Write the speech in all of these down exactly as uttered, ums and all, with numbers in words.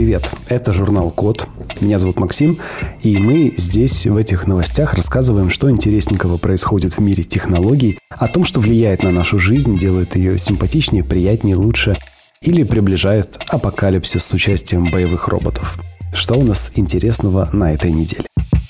Привет, это журнал Код. Меня зовут Максим, и мы здесь в этих новостях рассказываем, что интересненького происходит в мире технологий, о том, что влияет на нашу жизнь, делает ее симпатичнее, приятнее, лучше или приближает апокалипсис с участием боевых роботов. Что у нас интересного на этой неделе?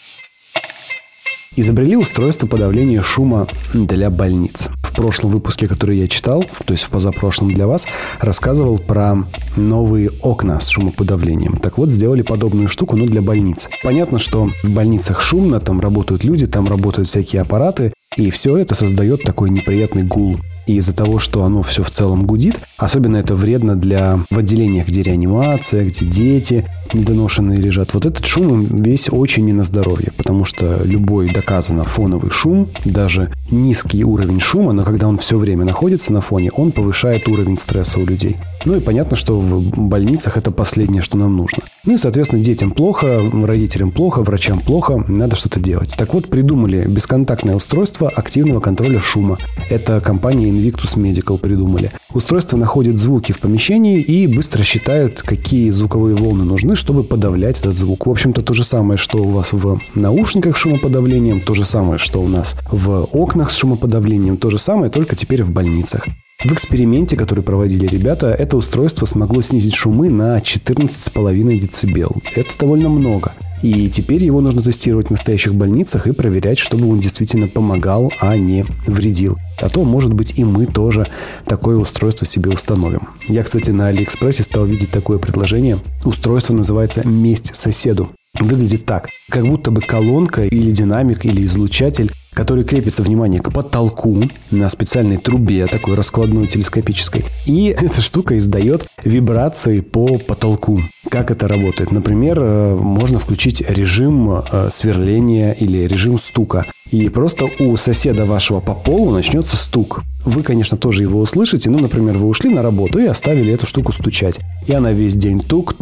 Изобрели устройство подавления шума для больниц. В прошлом выпуске, который я читал, то есть в позапрошлом для вас, рассказывал про новые окна с шумоподавлением. Так вот, сделали подобную штуку, но для больниц. Понятно, что в больницах шумно, там работают люди, там работают всякие аппараты, и все это создает такой неприятный гул. И из-за того, что оно все в целом гудит, особенно это вредно для в отделениях, где реанимация, где дети недоношенные лежат. Вот этот шум весь очень не на здоровье, потому что любой доказано фоновый шум, даже низкий уровень шума, но когда он все время находится на фоне, он повышает уровень стресса у людей. Ну и понятно, что в больницах это последнее, что нам нужно. Ну и, соответственно, детям плохо, родителям плохо, врачам плохо, надо что-то делать. Так вот, придумали бесконтактное устройство активного контроля шума. Это компания Invictus Medical придумали. Устройство находит звуки в помещении и быстро считает, какие звуковые волны нужны, чтобы подавлять этот звук. В общем-то, то же самое, что у вас в наушниках с шумоподавлением, то же самое, что у нас в окнах с шумоподавлением, то же самое, только теперь в больницах. В эксперименте, который проводили ребята, это устройство смогло снизить шумы на четырнадцать целых пять десятых децибел. Это довольно много. И теперь его нужно тестировать в настоящих больницах и проверять, чтобы он действительно помогал, а не вредил. А то, может быть, и мы тоже такое устройство себе установим. Я, кстати, на Алиэкспрессе стал видеть такое предложение. Устройство называется «Месть соседу». Выглядит так, как будто бы колонка или динамик или излучатель, который крепится, внимание, к потолку на специальной трубе, такой раскладной телескопической. И эта штука издает вибрации по потолку. Как это работает? Например, можно включить режим сверления или режим стука. И просто у соседа вашего по полу начнется стук. Вы, конечно, тоже его услышите. Ну, например, вы ушли на работу и оставили эту штуку стучать. И она весь день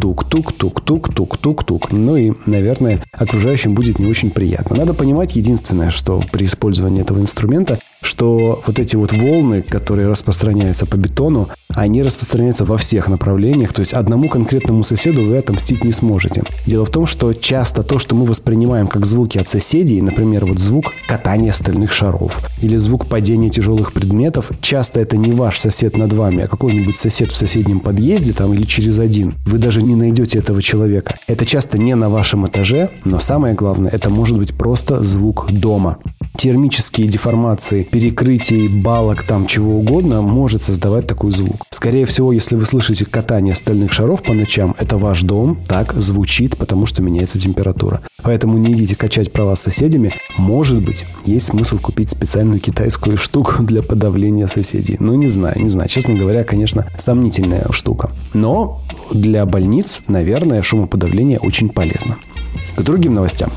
тук-тук-тук-тук-тук-тук-тук-тук. Ну и, наверное, окружающим будет не очень приятно. Надо понимать единственное, что при использовании этого инструмента, что вот эти вот волны, которые распространяются по бетону, они распространяются во всех направлениях. То есть одному конкретному соседу вы отомстить не сможете. Дело в том, что часто то, что мы воспринимаем как звуки от соседей, например, вот звук катания стальных шаров или звук падения тяжелых предметов, часто это не ваш сосед над вами, а какой-нибудь сосед в соседнем подъезде там или через один. Вы даже не найдете этого человека. Это часто не на вашем этаже, но самое главное, это может быть просто звук дома. Термические деформации, перекрытие балок, там чего угодно может создавать такой звук. Скорее всего, если вы слышите катание стальных шаров по ночам, это ваш дом так звучит, потому что меняется температура. Поэтому не идите качать права с соседями. Может быть, есть смысл купить специальную китайскую штуку для подавления соседей. Ну, не знаю, не знаю. Честно говоря, конечно, сомнительная штука. Но для больниц, наверное, шумоподавление очень полезно. К другим новостям.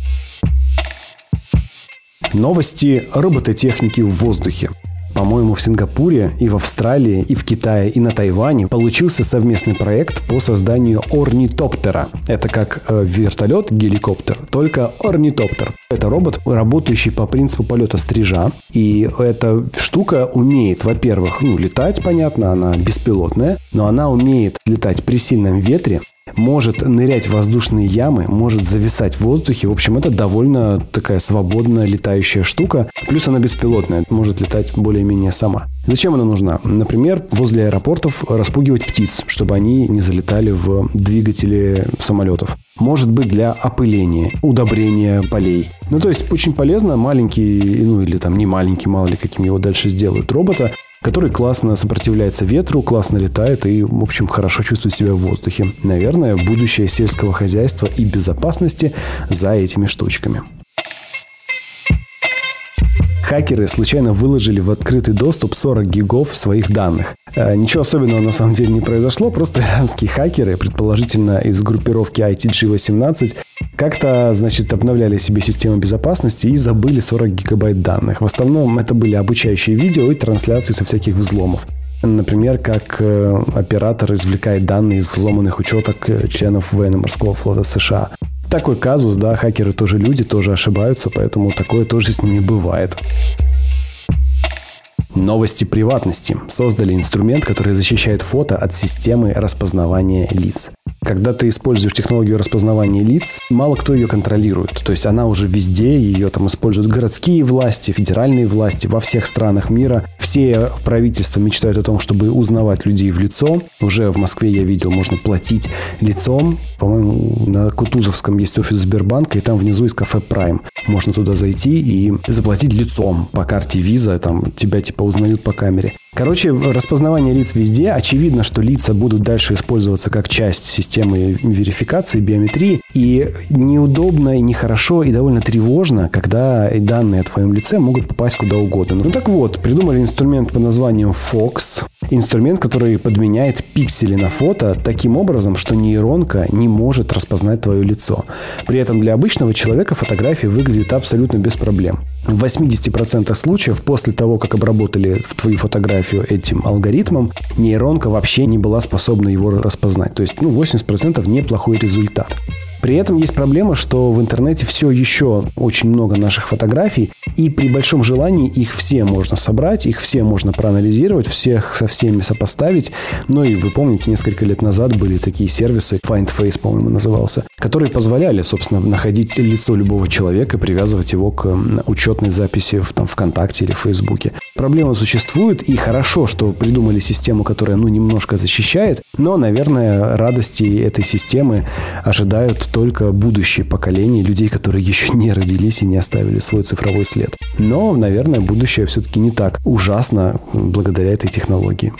Новости робототехники в воздухе. По-моему, в Сингапуре, и в Австралии, и в Китае, и на Тайване получился совместный проект по созданию орнитоптера. Это как э, вертолет, геликоптер, только орнитоптер. Это робот, работающий по принципу полета стрижа. И эта штука умеет, во-первых, ну, летать, понятно, она беспилотная, но она умеет летать при сильном ветре, может нырять в воздушные ямы, может зависать в воздухе. В общем, это довольно такая свободная летающая штука. Плюс она беспилотная, может летать более-менее сама. Зачем она нужна? Например, возле аэропортов распугивать птиц, чтобы они не залетали в двигатели самолетов. Может быть, для опыления, удобрения полей. Ну, то есть, очень полезно маленький, ну, или там не маленький, мало ли, каким его дальше сделают, робота, который классно сопротивляется ветру, классно летает и, в общем, хорошо чувствует себя в воздухе. Наверное, будущее сельского хозяйства и безопасности за этими штучками. Хакеры случайно выложили в открытый доступ сорок гигов своих данных. Ничего особенного на самом деле не произошло, просто иранские хакеры, предположительно из группировки ай ти джи восемнадцать, как-то, значит, обновляли себе систему безопасности и забыли сорок гигабайт данных. В основном это были обучающие видео и трансляции со всяких взломов. Например, как оператор извлекает данные из взломанных учеток членов военно-морского флота США. Такой казус, да, хакеры тоже люди, тоже ошибаются, поэтому такое тоже с ними бывает. Новости приватности. Создали инструмент, который защищает фото от системы распознавания лиц. Когда ты используешь технологию распознавания лиц, мало кто ее контролирует. То есть она уже везде, ее там используют городские власти, федеральные власти во всех странах мира. Все правительства мечтают о том, чтобы узнавать людей в лицо. Уже в Москве я видел, можно платить лицом. По-моему, на Кутузовском есть офис Сбербанка, и там внизу есть кафе Prime. Можно туда зайти и заплатить лицом по карте Visa, там тебя типа узнают по камере. Короче, распознавание лиц везде. Очевидно, что лица будут дальше использоваться как часть системы верификации, биометрии. И неудобно, и нехорошо, и довольно тревожно, когда данные о твоем лице могут попасть куда угодно. Ну так вот, придумали инструмент под названием Fox. Инструмент, который подменяет пиксели на фото таким образом, что нейронка не может распознать твое лицо. При этом для обычного человека фотография выглядит абсолютно без проблем. В восемьдесят процентов случаев после того, как обработали твою фотографию этим алгоритмом, нейронка вообще не была способна его распознать. То есть, ну, восемьдесят процентов неплохой результат. При этом есть проблема, что в интернете все еще очень много наших фотографий, и при большом желании их все можно собрать, их все можно проанализировать, всех со всеми сопоставить. Ну и вы помните, несколько лет назад были такие сервисы, Find Face, по-моему, назывался, которые позволяли, собственно, находить лицо любого человека и привязывать его к учетной записи в там, ВКонтакте или в Фейсбуке. Проблема существует, и хорошо, что придумали систему, которая, ну, немножко защищает, но, наверное, радости этой системы ожидают только будущие поколения людей, которые еще не родились и не оставили свой цифровой след. Но, наверное, будущее все-таки не так ужасно благодаря этой технологии.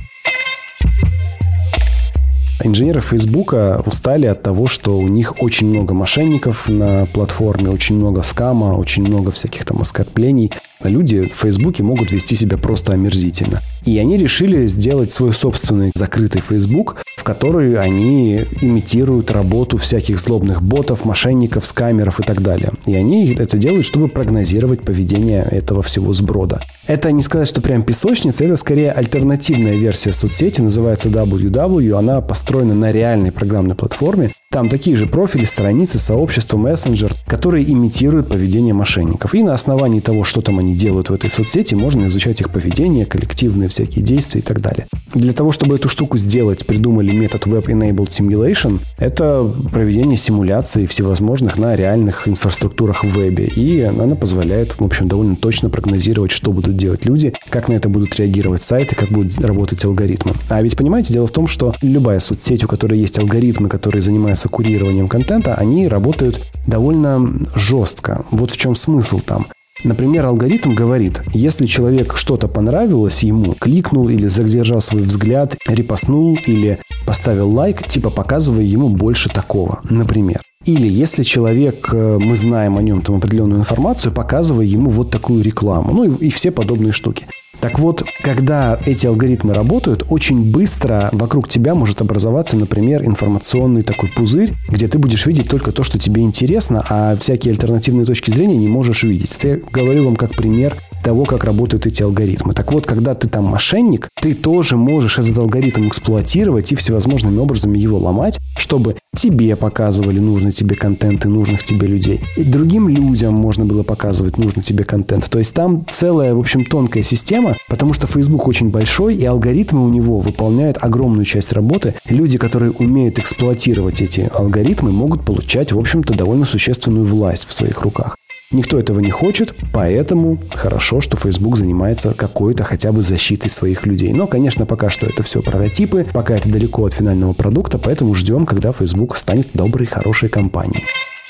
Инженеры Фейсбука устали от того, что у них очень много мошенников на платформе, очень много скама, очень много всяких там оскорблений. Люди в Фейсбуке могут вести себя просто омерзительно. И они решили сделать свой собственный закрытый Фейсбук, в который они имитируют работу всяких злобных ботов, мошенников, скамеров и так далее. И они это делают, чтобы прогнозировать поведение этого всего сброда. Это не сказать, что прям песочница, это скорее альтернативная версия соцсети, называется дабл ю дабл ю. Она построена на реальной программной платформе. Там такие же профили, страницы, сообщества, мессенджер, которые имитируют поведение мошенников. И на основании того, что там они делают в этой соцсети, можно изучать их поведение, коллективные всякие действия и так далее. Для того, чтобы эту штуку сделать, придумали метод Web-Enabled Simulation. Это проведение симуляций всевозможных на реальных инфраструктурах в вебе. И она позволяет, в общем, довольно точно прогнозировать, что будут делать люди, как на это будут реагировать сайты, как будут работать алгоритмы. А ведь, понимаете, дело в том, что любая соцсеть, у которой есть алгоритмы, которые занимаются курированием контента, они работают довольно жестко. Вот в чем смысл там. Например, алгоритм говорит, если человек что-то понравилось ему, кликнул или задержал свой взгляд, репостнул или поставил лайк, типа показывая ему больше такого, например. Или если человек, мы знаем о нем там определенную информацию, показывая ему вот такую рекламу. Ну и, и все подобные штуки. Так вот, когда эти алгоритмы работают, очень быстро вокруг тебя может образоваться, например, информационный такой пузырь, где ты будешь видеть только то, что тебе интересно, а всякие альтернативные точки зрения не можешь видеть. Это я говорю вам как пример того, как работают эти алгоритмы. Так вот, когда ты там мошенник, ты тоже можешь этот алгоритм эксплуатировать и всевозможными образами его ломать, чтобы тебе показывали нужный тебе контент и нужных тебе людей. И другим людям можно было показывать нужный тебе контент. То есть там целая, в общем, тонкая система, потому что Facebook очень большой, и алгоритмы у него выполняют огромную часть работы. Люди, которые умеют эксплуатировать эти алгоритмы, могут получать, в общем-то, довольно существенную власть в своих руках. Никто этого не хочет, поэтому хорошо, что Facebook занимается какой-то хотя бы защитой своих людей. Но, конечно, пока что это все прототипы, пока это далеко от финального продукта, поэтому ждем, когда Facebook станет доброй, хорошей компанией.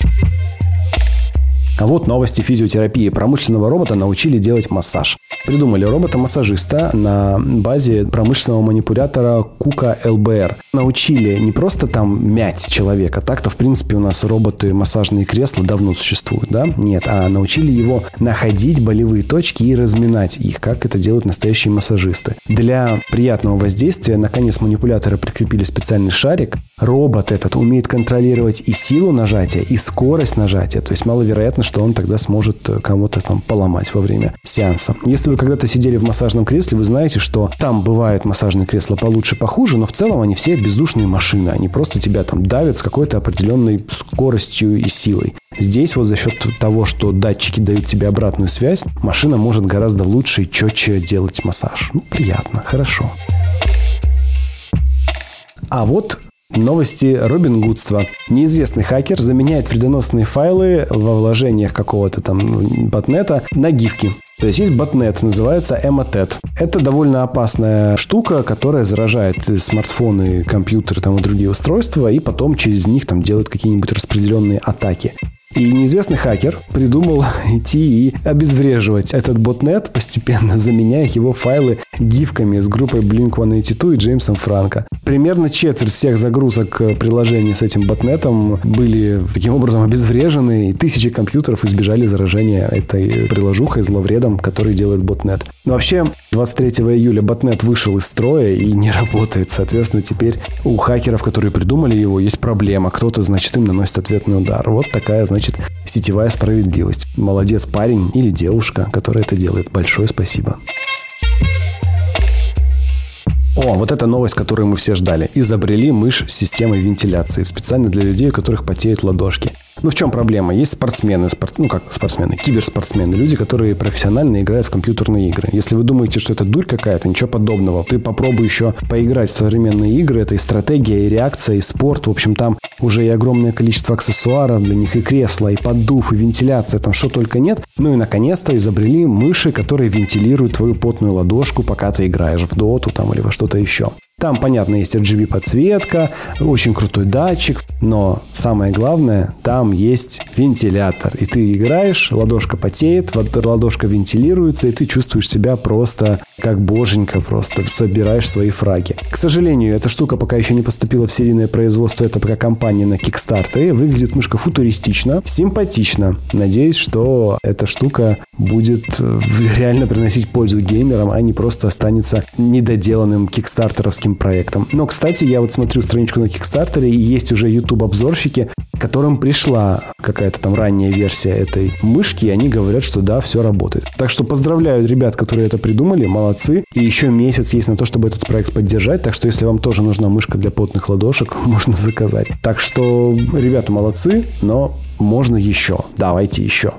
А вот новости физиотерапии. Промышленного робота научили делать массаж. Придумали робота-массажиста на базе промышленного манипулятора Кука эл бэ эр. Научили не просто там мять человека. Так-то, в принципе, у нас роботы-массажные кресла давно существуют, да? Нет, а научили его находить болевые точки и разминать их, как это делают настоящие массажисты. Для приятного воздействия на конец манипулятора прикрепили специальный шарик. Робот этот умеет контролировать и силу нажатия, и скорость нажатия. То есть маловероятно, что он тогда сможет кого-то там поломать во время сеанса. Если вы когда-то сидели в массажном кресле, вы знаете, что там бывают массажные кресла получше, похуже, но в целом они все бездушные машины. Они просто тебя там давят с какой-то определенной скоростью и силой. Здесь вот за счет того, что датчики дают тебе обратную связь, машина может гораздо лучше и четче делать массаж. Ну, приятно, хорошо. А вот Новости робингудства. Неизвестный хакер заменяет вредоносные файлы во вложениях какого-то там ботнета на гифки. То есть есть ботнет, называется Emotet. Это довольно опасная штука, которая заражает смартфоны, компьютеры там, и другие устройства, и потом через них там делает какие-нибудь распределенные атаки. И неизвестный хакер придумал идти и обезвреживать этот ботнет, постепенно заменяя его файлы гифками с группой блинк сто восемьдесят два и Джеймсом Франко. Примерно четверть всех загрузок приложений с этим ботнетом были таким образом обезврежены, и тысячи компьютеров избежали заражения этой приложухой, зловредом, который делает ботнет. Но вообще, двадцать третьего июля ботнет вышел из строя и не работает. Соответственно, теперь у хакеров, которые придумали его, есть проблема. Кто-то, значит, им наносит ответный удар. Вот такая, значит, сетевая справедливость. Молодец парень или девушка, которая это делает. Большое спасибо. О, вот эта новость, которую мы все ждали. Изобрели мышь с системой вентиляции. Специально для людей, у которых потеют ладошки. Ну, в чем проблема? Есть спортсмены, спорт... ну, как спортсмены, киберспортсмены, люди, которые профессионально играют в компьютерные игры. Если вы думаете, что это дурь какая-то, ничего подобного. Ты попробуй еще поиграть в современные игры. Это и стратегия, и реакция, и спорт. В общем, там уже и огромное количество аксессуаров для них, и кресла, и поддув, и вентиляция. Там что только нет. Ну и, наконец-то, изобрели мыши, которые вентилируют твою потную ладошку, пока ты играешь в доту там или во что-то еще. Там, понятно, есть эр джи би-подсветка, очень крутой датчик, но самое главное, там есть вентилятор. И ты играешь, ладошка потеет, ладошка вентилируется, и ты чувствуешь себя просто как боженька, просто собираешь свои фраги. К сожалению, эта штука пока еще не поступила в серийное производство, это пока компания на Kickstarter. Выглядит мышка футуристично, симпатично. Надеюсь, что эта штука будет реально приносить пользу геймерам, а не просто останется недоделанным кикстартеровским проектом. Но, кстати, я вот смотрю страничку на Кикстартере, и есть уже YouTube-обзорщики, которым пришла какая-то там ранняя версия этой мышки, и они говорят, что да, все работает. Так что поздравляю ребят, которые это придумали, молодцы. И еще месяц есть на то, чтобы этот проект поддержать, так что если вам тоже нужна мышка для потных ладошек, можно заказать. Так что ребята молодцы, но можно еще. Давайте еще.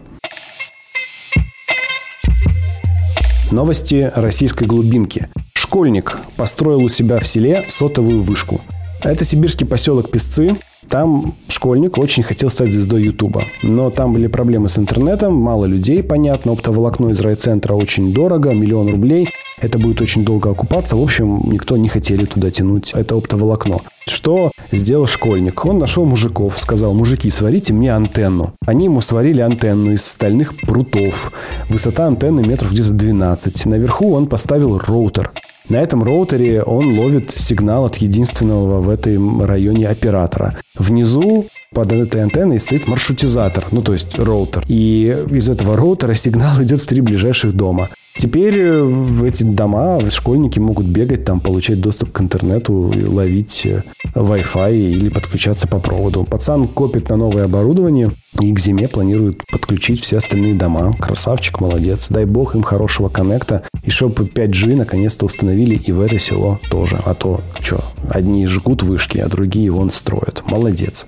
Новости российской глубинки. Школьник построил у себя в селе сотовую вышку. Это сибирский поселок Песцы. Там школьник очень хотел стать звездой Ютуба. Но там были проблемы с интернетом, мало людей, понятно. Оптоволокно из райцентра очень дорого, миллион рублей. Это будет очень долго окупаться. В общем, никто не хотели туда тянуть это оптоволокно. Что сделал школьник? Он нашел мужиков, сказал: мужики, сварите мне антенну. Они ему сварили антенну из стальных прутов. Высота антенны метров где-то двенадцать. Наверху он поставил роутер. На этом роутере он ловит сигнал от единственного в этом районе оператора. Внизу под этой антенной стоит маршрутизатор, ну то есть роутер. И из этого роутера сигнал идет в три ближайших дома. Теперь в эти дома школьники могут бегать, там, получать доступ к интернету, ловить Wi-Fi или подключаться по проводу. Пацан копит на новое оборудование и к зиме планирует подключить все остальные дома. Красавчик, молодец. Дай бог им хорошего коннекта. И чтобы пять джи наконец-то установили и в это село тоже. А то, что, одни жгут вышки, а другие вон строят. Молодец.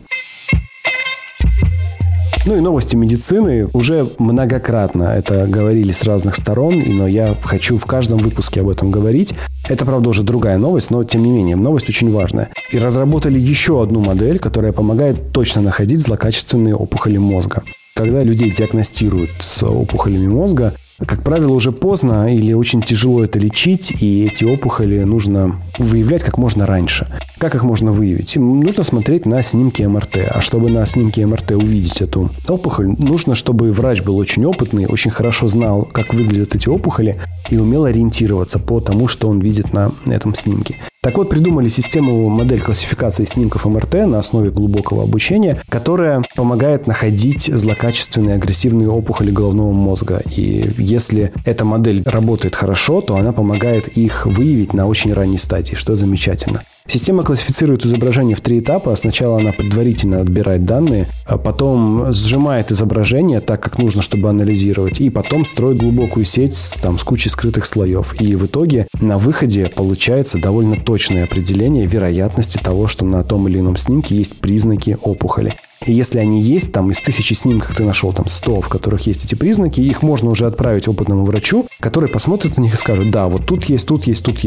Ну и новости медицины. Уже многократно это говорили с разных сторон, но я хочу в каждом выпуске об этом говорить. Это, правда, уже другая новость, но, тем не менее, новость очень важная. И разработали еще одну модель, которая помогает точно находить злокачественные опухоли мозга. Когда людей диагностируют с опухолями мозга, как правило, уже поздно или очень тяжело это лечить, и эти опухоли нужно выявлять как можно раньше. Как их можно выявить? Нужно смотреть на снимки эм эр тэ. А чтобы на снимке эм эр тэ увидеть эту опухоль, нужно, чтобы врач был очень опытный, очень хорошо знал, как выглядят эти опухоли, и умел ориентироваться по тому, что он видит на этом снимке. Так вот, придумали систему, модель классификации снимков эм эр тэ на основе глубокого обучения, которая помогает находить злокачественные агрессивные опухоли головного мозга. И если эта модель работает хорошо, то она помогает их выявить на очень ранней стадии, что замечательно. Система классифицирует изображение в три этапа. Сначала она предварительно отбирает данные, а потом сжимает изображение так, как нужно, чтобы анализировать, и потом строит глубокую сеть там, с кучей скрытых слоев. И в итоге на выходе получается довольно точное определение вероятности того, что на том или ином снимке есть признаки опухоли. И если они есть, там из тысячи снимков ты нашел там сто, в которых есть эти признаки, их можно уже отправить опытному врачу, который посмотрит на них и скажет: да, вот тут есть, тут есть, тут есть.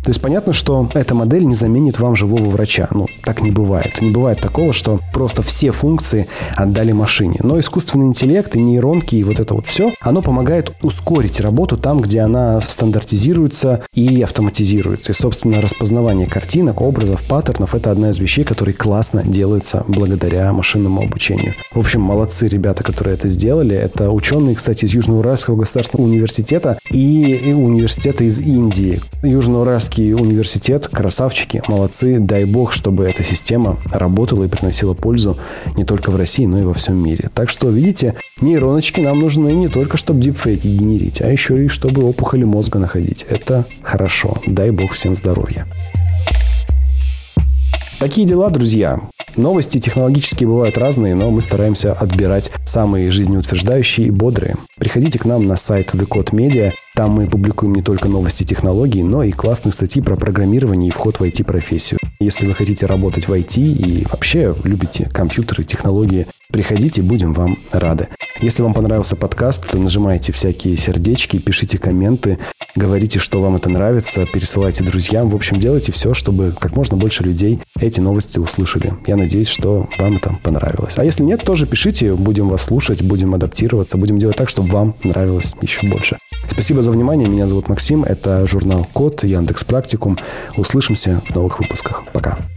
То есть понятно, что эта модель не заменит вам живого врача. Ну, так не бывает. Не бывает такого, что просто все функции отдали машине. Но искусственный интеллект и нейронки, и вот это вот все, оно помогает ускорить работу там, где она стандартизируется и автоматизируется. И, собственно, распознавание картинок, образов, паттернов – это одна из вещей, которые классно делаются благодаря машинному обучению. В общем, молодцы ребята, которые это сделали. Это ученые, кстати, из Южноуральского государственного университета и университета из Индии. Южноуральский университет, красавчики, молодцы. Дай бог, чтобы эта система работала и приносила пользу не только в России, но и во всем мире. Так что, видите, нейроночки нам нужны не только, чтобы дипфейки генерить, а еще и чтобы опухоли мозга находить. Это хорошо. Дай бог всем здоровья. Такие дела, друзья. Новости технологические бывают разные, но мы стараемся отбирать самые жизнеутверждающие и бодрые. Приходите к нам на сайт The Code Media. Там мы публикуем не только новости технологий, но и классные статьи про программирование и вход в ай ти-профессию. Если вы хотите работать в ай ти и вообще любите компьютеры, технологии, приходите, будем вам рады. Если вам понравился подкаст, то нажимайте всякие сердечки, пишите комменты, говорите, что вам это нравится, пересылайте друзьям. В общем, делайте все, чтобы как можно больше людей эти новости услышали. Я надеюсь, что вам это понравилось. А если нет, тоже пишите, будем вас слушать, будем адаптироваться, будем делать так, чтобы вам нравилось еще больше. Спасибо за внимание. Меня зовут Максим. Это журнал Код, Яндекс.Практикум. Услышимся в новых выпусках. Пока.